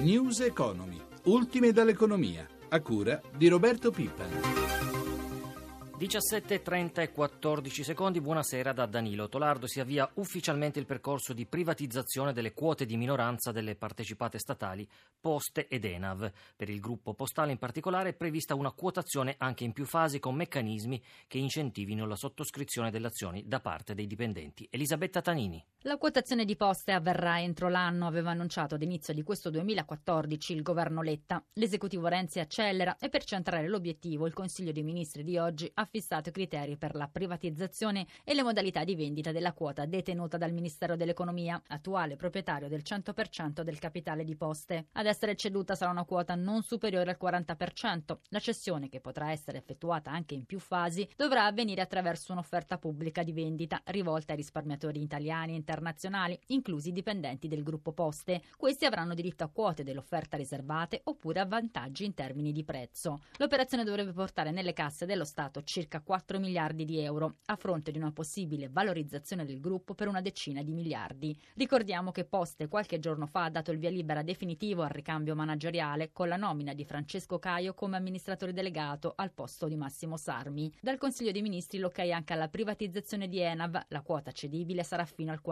News Economy, ultime dall'economia, a cura di Roberto Pippa. 17:30 e 14 secondi, buonasera da Danilo Tolardo. Si avvia ufficialmente il percorso di privatizzazione delle quote di minoranza delle partecipate statali Poste ed Enav. Per il gruppo postale in particolare è prevista una quotazione anche in più fasi con meccanismi che incentivino la sottoscrizione delle azioni da parte dei dipendenti. Elisabetta Tanini. La quotazione di Poste avverrà entro l'anno, aveva annunciato ad inizio di questo 2014 il governo Letta. L'esecutivo Renzi accelera e per centrare l'obiettivo il Consiglio dei Ministri di oggi ha fissato i criteri per la privatizzazione e le modalità di vendita della quota detenuta dal Ministero dell'Economia, attuale proprietario del 100% del capitale di Poste. Ad essere ceduta sarà una quota non superiore al 40%. La cessione, che potrà essere effettuata anche in più fasi, dovrà avvenire attraverso un'offerta pubblica di vendita rivolta ai risparmiatori italiani e internazionali, inclusi i dipendenti del gruppo Poste. Questi avranno diritto a quote dell'offerta riservate oppure a vantaggi in termini di prezzo. L'operazione dovrebbe portare nelle casse dello Stato circa 4 miliardi di euro, a fronte di una possibile valorizzazione del gruppo per una decina di miliardi. Ricordiamo che Poste qualche giorno fa ha dato il via libera definitivo al ricambio manageriale con la nomina di Francesco Caio come amministratore delegato al posto di Massimo Sarmi. Dal Consiglio dei Ministri l'ok anche alla privatizzazione di Enav. La quota cedibile sarà fino al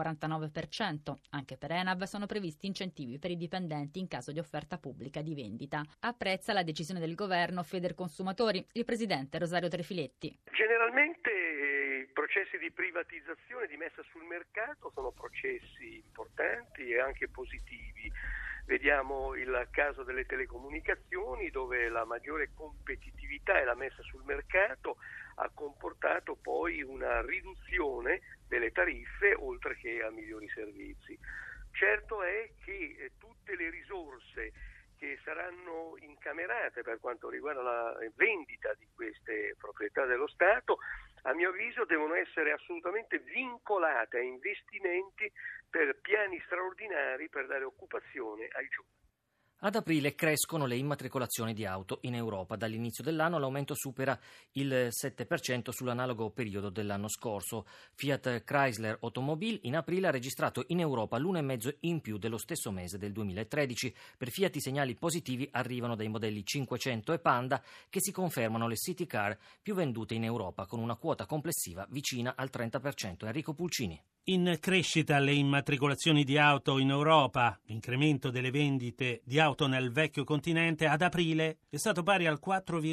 49%. Anche per Enav sono previsti incentivi per i dipendenti in caso di offerta pubblica di vendita. Apprezza la decisione del governo Federconsumatori, il presidente Rosario Trefiletti. Generalmente i processi di privatizzazione, di messa sul mercato, sono processi importanti e anche positivi. Vediamo il caso delle telecomunicazioni, dove la maggiore competitività e la messa sul mercato ha comportato poi una riduzione delle tariffe, oltre che a migliori servizi. Certo è che tutte le risorse che saranno incamerate per quanto riguarda la vendita di queste proprietà dello Stato, a mio avviso devono essere assolutamente vincolate a investimenti per piani straordinari per dare occupazione ai giovani. Ad aprile crescono le immatricolazioni di auto in Europa. Dall'inizio dell'anno l'aumento supera il 7% sull'analogo periodo dell'anno scorso. Fiat Chrysler Automobil in aprile ha registrato in Europa l'1,5 in più dello stesso mese del 2013. Per Fiat i segnali positivi arrivano dai modelli 500 e Panda, che si confermano le city car più vendute in Europa, con una quota complessiva vicina al 30%. Enrico Pulcini. In crescita le immatricolazioni di auto in Europa. L'incremento delle vendite di auto nel vecchio continente ad aprile è stato pari al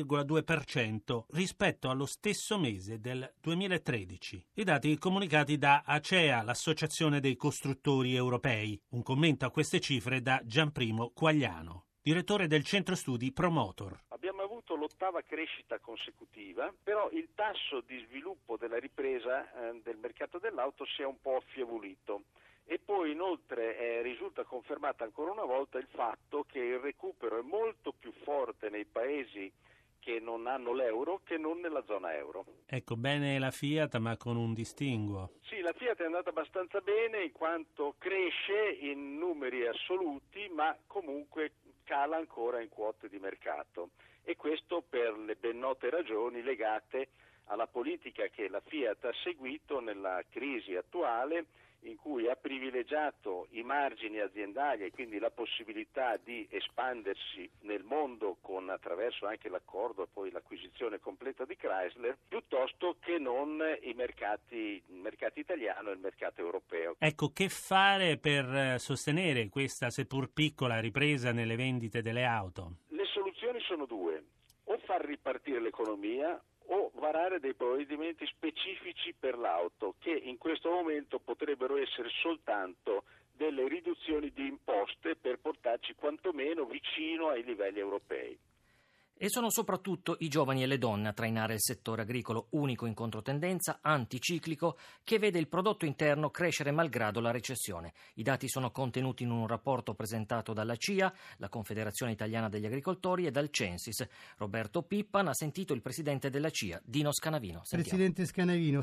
4,2% rispetto allo stesso mese del 2013. I dati comunicati da ACEA, l'Associazione dei Costruttori Europei. Un commento a queste cifre da Gianprimo Quagliano, direttore del centro studi Promotor. Abbiamo avuto l'8ª crescita consecutiva, però il tasso di sviluppo della ripresa del mercato dell'auto si è un po' affievolito. E poi inoltre risulta confermata ancora una volta il fatto che il recupero è molto più forte nei paesi che non hanno l'euro che non nella zona euro. Ecco, bene la Fiat, ma con un distinguo. Sì, la Fiat è andata abbastanza bene in quanto cresce in numeri assoluti, ma comunque cala ancora in quote di mercato. E questo per le ben note ragioni legate alla politica che la Fiat ha seguito nella crisi attuale, in cui ha privilegiato i margini aziendali e quindi la possibilità di espandersi nel mondo attraverso anche l'accordo e poi l'acquisizione completa di Chrysler, piuttosto che non il mercato italiano e il mercato europeo. Ecco, che fare per sostenere questa seppur piccola ripresa nelle vendite delle auto? Le soluzioni sono due: o far ripartire l'economia o varare dei provvedimenti specifici per l'auto, che in questo momento potrebbero essere soltanto delle riduzioni di imposte per portarci quantomeno vicino ai livelli europei. E sono soprattutto i giovani e le donne a trainare il settore agricolo, unico in controtendenza, anticiclico, che vede il prodotto interno crescere malgrado la recessione. I dati sono contenuti in un rapporto presentato dalla CIA, la Confederazione Italiana degli Agricoltori, e dal Censis. Roberto Pippan ha sentito il presidente della CIA, Dino Scanavino. Sentiamo. Presidente Scanavino,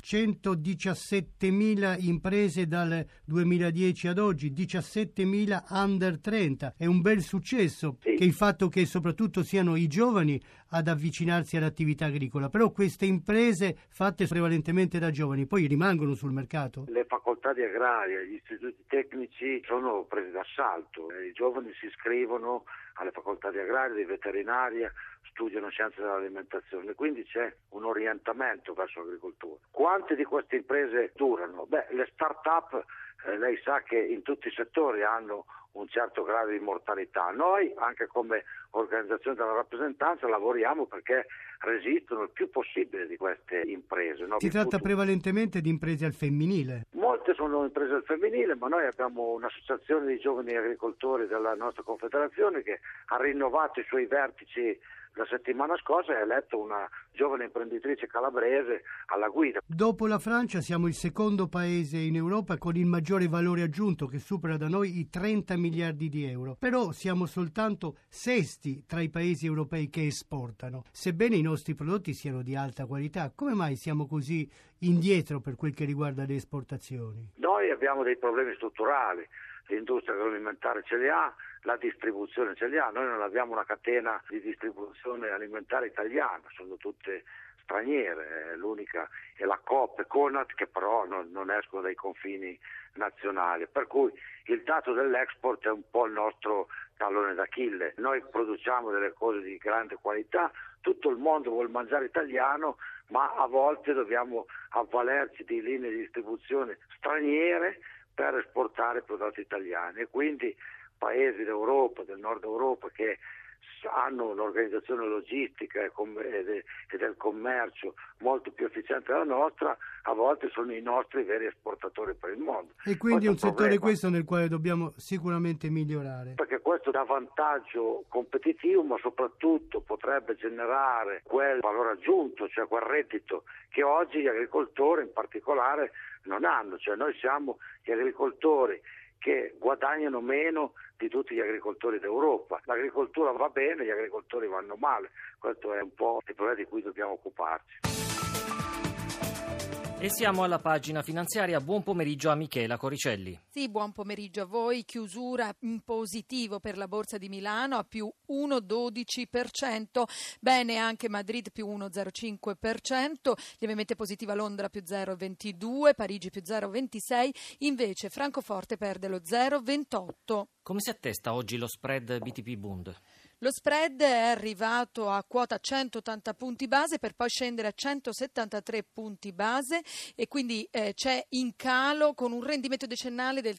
117.000 imprese dal 2010 ad oggi, 17.000 under 30. È un bel successo, sì, che il fatto che soprattutto siano i giovani giovani ad avvicinarsi all'attività agricola, però queste imprese fatte prevalentemente da giovani poi rimangono sul mercato? Le facoltà di agraria, gli istituti tecnici sono presi d'assalto, i giovani si iscrivono alle facoltà di agraria, di veterinaria, studiano scienze dell'alimentazione, quindi c'è un orientamento verso l'agricoltura. Quante di queste imprese durano? Le start-up, lei sa che in tutti i settori hanno un certo grado di mortalità. Noi, anche come organizzazione della rappresentanza, lavoriamo perché resistono il più possibile di queste imprese. Si tratta prevalentemente di imprese al femminile? Molte sono imprese al femminile, ma noi abbiamo un'associazione di giovani agricoltori della nostra confederazione che ha rinnovato i suoi vertici la settimana scorsa e ha eletto una giovane imprenditrice calabrese alla guida. Dopo la Francia siamo il secondo paese in Europa con il maggiore valore aggiunto, che supera da noi i 30 miliardi di euro. Però siamo soltanto sesti tra i paesi europei che esportano. Sebbene i nostri prodotti siano di alta qualità, come mai siamo così indietro per quel che riguarda le esportazioni? Noi abbiamo dei problemi strutturali. L'industria agroalimentare ce li ha, la distribuzione ce li ha, noi non abbiamo una catena di distribuzione alimentare italiana, sono tutte straniere, l'unica è la Coop e Conad che però non escono dai confini nazionali, per cui il dato dell'export è un po' il nostro tallone d'Achille. Noi produciamo delle cose di grande qualità, tutto il mondo vuol mangiare italiano, ma a volte dobbiamo avvalerci di linee di distribuzione straniere per esportare prodotti italiani, e quindi paesi d'Europa, del nord Europa, che hanno un'organizzazione logistica e del commercio molto più efficiente della nostra, a volte sono i nostri veri esportatori per il mondo. E quindi è un settore questo nel quale dobbiamo sicuramente migliorare. Perché questo dà vantaggio competitivo, ma soprattutto potrebbe generare quel valore aggiunto, cioè quel reddito che oggi gli agricoltori in particolare non hanno. Cioè noi siamo gli agricoltori che guadagnano meno di tutti gli agricoltori d'Europa. L'agricoltura va bene, gli agricoltori vanno male. Questo è un po' il problema di cui dobbiamo occuparci. E siamo alla pagina finanziaria. Buon pomeriggio a Michela Coricelli. Sì, buon pomeriggio a voi. Chiusura in positivo per la Borsa di Milano a più 1,12%. Bene anche Madrid più 1,05%. Lievemente positiva Londra più 0,22%, Parigi più 0,26%. Invece Francoforte perde lo 0,28%. Come si attesta oggi lo spread BTP Bund? Lo spread è arrivato a quota 180 punti base per poi scendere a 173 punti base e quindi c'è in calo con un rendimento decennale del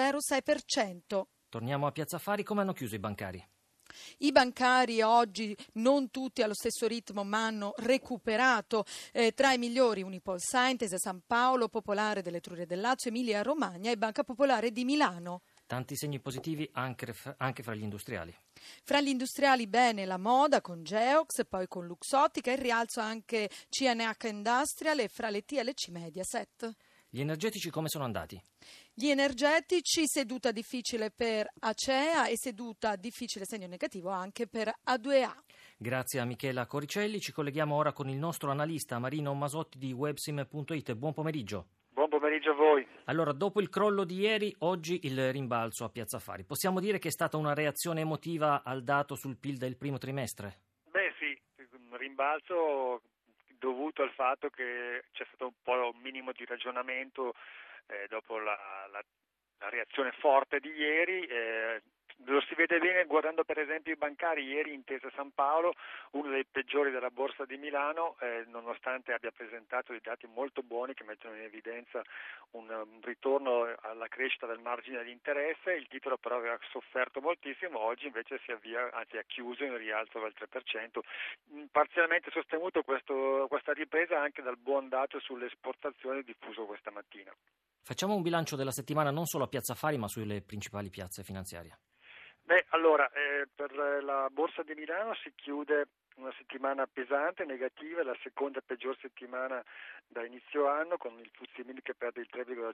3,06%. Torniamo a Piazza Affari. Come hanno chiuso i bancari? I bancari oggi non tutti allo stesso ritmo ma hanno recuperato, tra i migliori UnipolSai, Intesa San Paolo, Popolare dell'Etruria del Lazio, Emilia Romagna e Banca Popolare di Milano. Tanti segni positivi anche fra gli industriali. Fra gli industriali bene la moda con Geox, poi con Luxottica, il rialzo anche CNH Industrial e fra le TLC Mediaset. Gli energetici come sono andati? Gli energetici, seduta difficile per Acea e seduta difficile segno negativo anche per A2A. Grazie a Michela Coricelli. Ci colleghiamo ora con il nostro analista Marino Masotti di Websim.it. Buon pomeriggio. Buon pomeriggio a voi. Allora, dopo il crollo di ieri, oggi il rimbalzo a Piazza Affari. Possiamo dire che è stata una reazione emotiva al dato sul PIL del primo trimestre? Beh sì, un rimbalzo dovuto al fatto che c'è stato un po' un minimo di ragionamento dopo la reazione forte di ieri. Lo si vede bene guardando per esempio i bancari. Ieri Intesa San Paolo, uno dei peggiori della Borsa di Milano, nonostante abbia presentato dei dati molto buoni che mettono in evidenza un ritorno alla crescita del margine di interesse, il titolo però aveva sofferto moltissimo. Oggi invece si avvia, anzi ha chiuso in rialzo del 3%, parzialmente sostenuto questa ripresa anche dal buon dato sulle esportazioni diffuso questa mattina. Facciamo un bilancio della settimana non solo a Piazza Affari ma sulle principali piazze finanziarie. Beh, allora, per la Borsa di Milano si chiude una settimana pesante, negativa, la seconda peggior settimana da inizio anno, con il FTSE MIB che perde il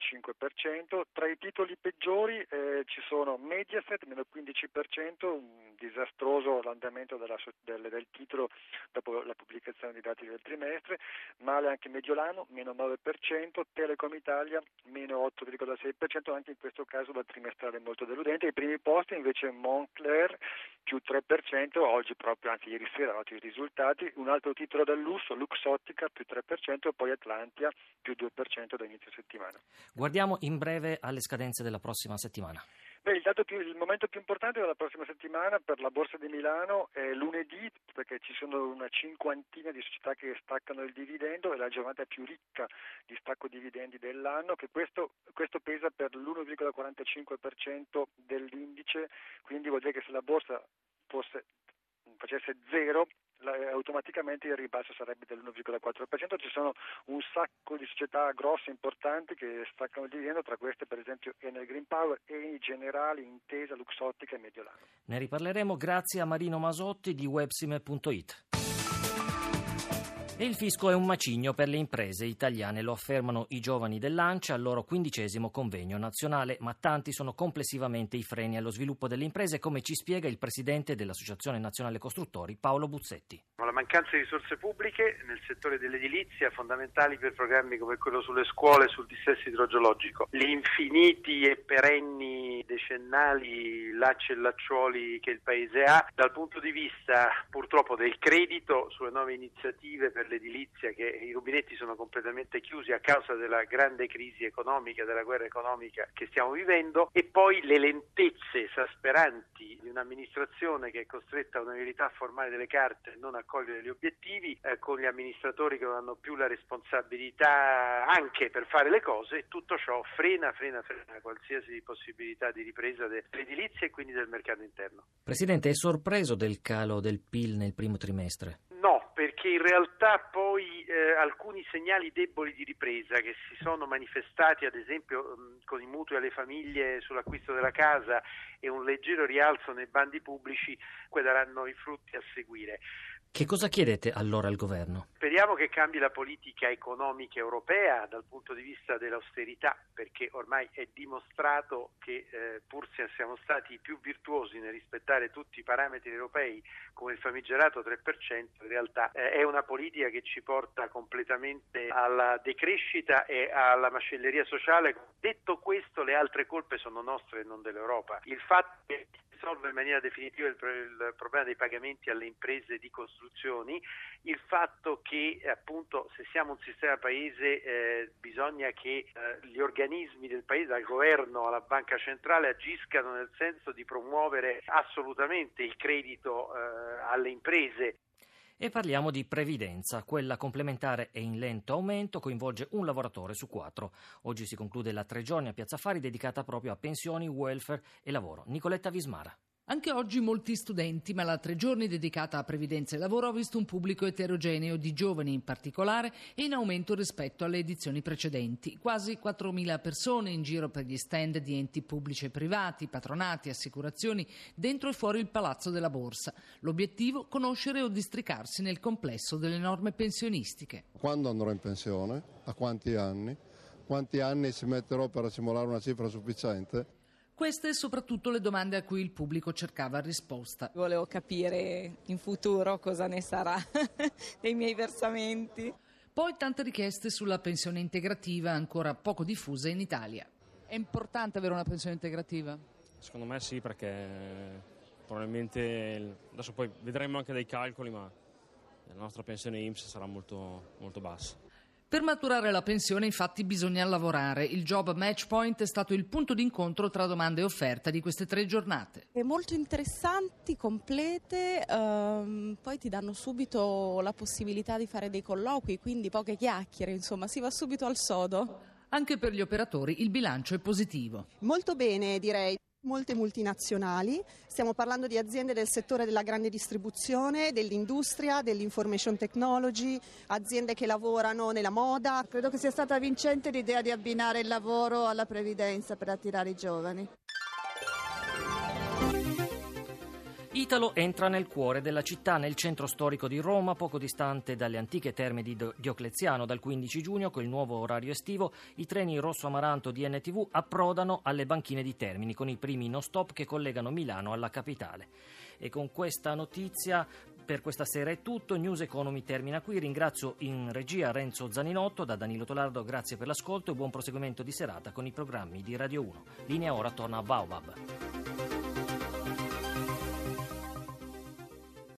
3,5%. Tra i titoli peggiori ci sono Mediaset, meno 15%, un disastroso l'andamento del titolo dopo la pubblicazione dei dati del trimestre, male anche Mediolano, meno 9%, Telecom Italia, meno 8,6%, anche in questo caso dal trimestrale molto deludente. Ai primi posti invece Moncler, più 3%, oggi proprio, anzi ieri sera, noti i risultati. Un altro titolo del lusso, Luxottica, più 3%, e poi Atlantia, più 2% da inizio settimana. Guardiamo in breve alle scadenze della prossima settimana. Il momento più importante della prossima settimana per la Borsa di Milano è lunedì, perché ci sono una cinquantina di società che staccano il dividendo, è la giornata più ricca di stacco dividendi dell'anno, che questo pesa per l'1,45% dell'indice, quindi vuol dire che se la Borsa facesse zero, automaticamente il ribasso sarebbe dell'1,4%. Ci sono un sacco di società grosse, importanti, che staccano il dividendo, tra queste per esempio Enel Green Power, Eni, Generali, Intesa, Luxottica e Mediolano. Ne riparleremo grazie a Marino Masotti di websime.it. E il fisco è un macigno per le imprese italiane, lo affermano i giovani dell'ANCE al loro 15° convegno nazionale, ma tanti sono complessivamente i freni allo sviluppo delle imprese, come ci spiega il presidente dell'Associazione Nazionale Costruttori, Paolo Buzzetti. La mancanza di risorse pubbliche nel settore dell'edilizia, fondamentali per programmi come quello sulle scuole, sul dissesto idrogeologico, gli infiniti e perenni decennali lacci e lacciuoli che il Paese ha, dal punto di vista purtroppo del credito sulle nuove iniziative per l'edilizia, che i rubinetti sono completamente chiusi a causa della grande crisi economica, della guerra economica che stiamo vivendo, e poi le lentezze esasperanti di un'amministrazione che è costretta a una verità formale delle carte e non a cogliere gli obiettivi, con gli amministratori che non hanno più la responsabilità anche per fare le cose. Tutto ciò frena qualsiasi possibilità di ripresa dell'edilizia e quindi del mercato interno. Presidente, è sorpreso del calo del PIL nel primo trimestre? No, perché in realtà poi alcuni segnali deboli di ripresa che si sono manifestati, ad esempio con i mutui alle famiglie sull'acquisto della casa e un leggero rialzo nei bandi pubblici, daranno i frutti a seguire. Che cosa chiedete allora al governo? Speriamo che cambi la politica economica europea dal punto di vista dell'austerità, perché ormai è dimostrato che pur se siamo stati più virtuosi nel rispettare tutti i parametri europei, come il famigerato 3%, in realtà è una politica che ci porta completamente alla decrescita e alla macelleria sociale. Detto questo, le altre colpe sono nostre e non dell'Europa. Il fatto che risolve in maniera definitiva il problema dei pagamenti alle imprese di costruzioni, il fatto che appunto se siamo un sistema paese bisogna che gli organismi del paese, dal governo alla banca centrale, agiscano nel senso di promuovere assolutamente il credito alle imprese. E parliamo di previdenza. Quella complementare è in lento aumento, coinvolge un lavoratore su 4. Oggi si conclude la 3 giorni a Piazza Affari dedicata proprio a pensioni, welfare e lavoro. Nicoletta Vismara. Anche oggi molti studenti, ma la 3 giorni dedicata a previdenza e lavoro ha visto un pubblico eterogeneo di giovani in particolare e in aumento rispetto alle edizioni precedenti. Quasi 4.000 persone in giro per gli stand di enti pubblici e privati, patronati, assicurazioni, dentro e fuori il Palazzo della Borsa. L'obiettivo? Conoscere o districarsi nel complesso delle norme pensionistiche. Quando andrò in pensione? A quanti anni? Quanti anni ci metterò per simulare una cifra sufficiente? Queste e soprattutto le domande a cui il pubblico cercava risposta. Volevo capire in futuro cosa ne sarà dei miei versamenti. Poi tante richieste sulla pensione integrativa, ancora poco diffusa in Italia. È importante avere una pensione integrativa? Secondo me sì, perché probabilmente, adesso poi vedremo anche dei calcoli, ma la nostra pensione INPS sarà molto, molto bassa. Per maturare la pensione infatti bisogna lavorare. Il Job Match Point è stato il punto d'incontro tra domanda e offerta di queste 3 giornate. È molto interessanti, complete, poi ti danno subito la possibilità di fare dei colloqui, quindi poche chiacchiere, insomma si va subito al sodo. Anche per gli operatori il bilancio è positivo. Molto bene, direi. Molte multinazionali, stiamo parlando di aziende del settore della grande distribuzione, dell'industria, dell'information technology, aziende che lavorano nella moda. Credo che sia stata vincente l'idea di abbinare il lavoro alla previdenza per attirare i giovani. Italo entra nel cuore della città, nel centro storico di Roma, poco distante dalle antiche terme di Diocleziano. Dal 15 giugno, con il nuovo orario estivo, i treni Rosso Amaranto di NTV approdano alle banchine di Termini, con i primi no-stop che collegano Milano alla capitale. E con questa notizia per questa sera è tutto. News Economy termina qui. Ringrazio in regia Renzo Zaninotto. Da Danilo Tolardo grazie per l'ascolto e buon proseguimento di serata con i programmi di Radio 1. Linea ora torna a Baobab.